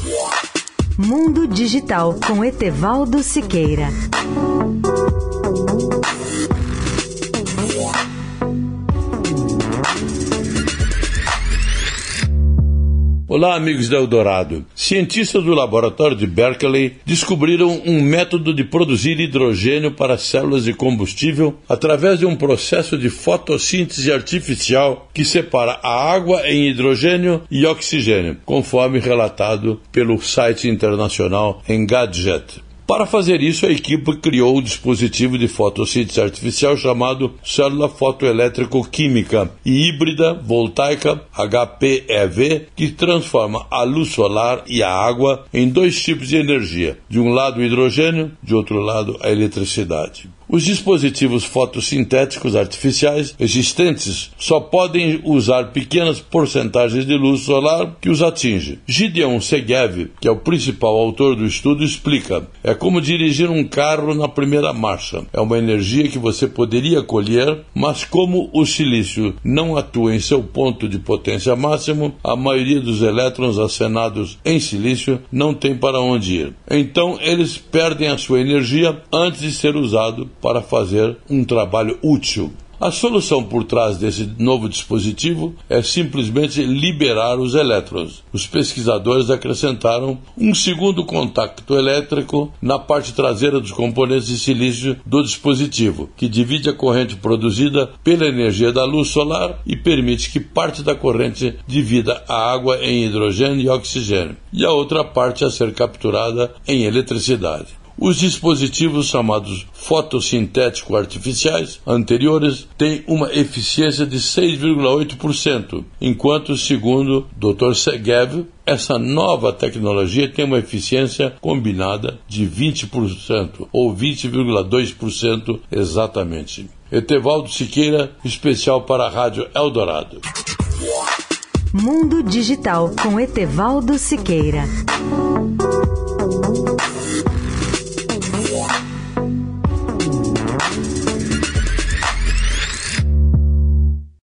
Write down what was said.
Mundo Digital com Etevaldo Siqueira. Olá, amigos da Eldorado. Cientistas do laboratório de Berkeley descobriram um método de produzir hidrogênio para células de combustível através de um processo de fotossíntese artificial que separa a água em hidrogênio e oxigênio, conforme relatado pelo site internacional Engadget. Para fazer isso, a equipe criou o dispositivo de fotossíntese artificial chamado célula fotoelétrico-química e híbrida voltaica HPEV, que transforma a luz solar e a água em dois tipos de energia, de um lado o hidrogênio, de outro lado a eletricidade. Os dispositivos fotossintéticos artificiais existentes só podem usar pequenas porcentagens de luz solar que os atinge. Gideon Segev, que é o principal autor do estudo, explica: é como dirigir um carro na primeira marcha. É uma energia que você poderia colher, mas como o silício não atua em seu ponto de potência máximo, a maioria dos elétrons acenados em silício não tem para onde ir. Então eles perdem a sua energia antes de ser usado para fazer um trabalho útil. A solução por trás desse novo dispositivo é simplesmente liberar os elétrons. Os pesquisadores acrescentaram um segundo contacto elétrico na parte traseira dos componentes de silício do dispositivo, que divide a corrente produzida pela energia da luz solar e permite que parte da corrente divida a água em hidrogênio e oxigênio, e a outra parte a ser capturada em eletricidade. Os dispositivos chamados fotossintéticos artificiais anteriores têm uma eficiência de 6,8%, enquanto, segundo Dr. Segev, essa nova tecnologia tem uma eficiência combinada de 20%, ou 20,2% exatamente. Etevaldo Siqueira, especial para a Rádio Eldorado. Mundo Digital com Etevaldo Siqueira.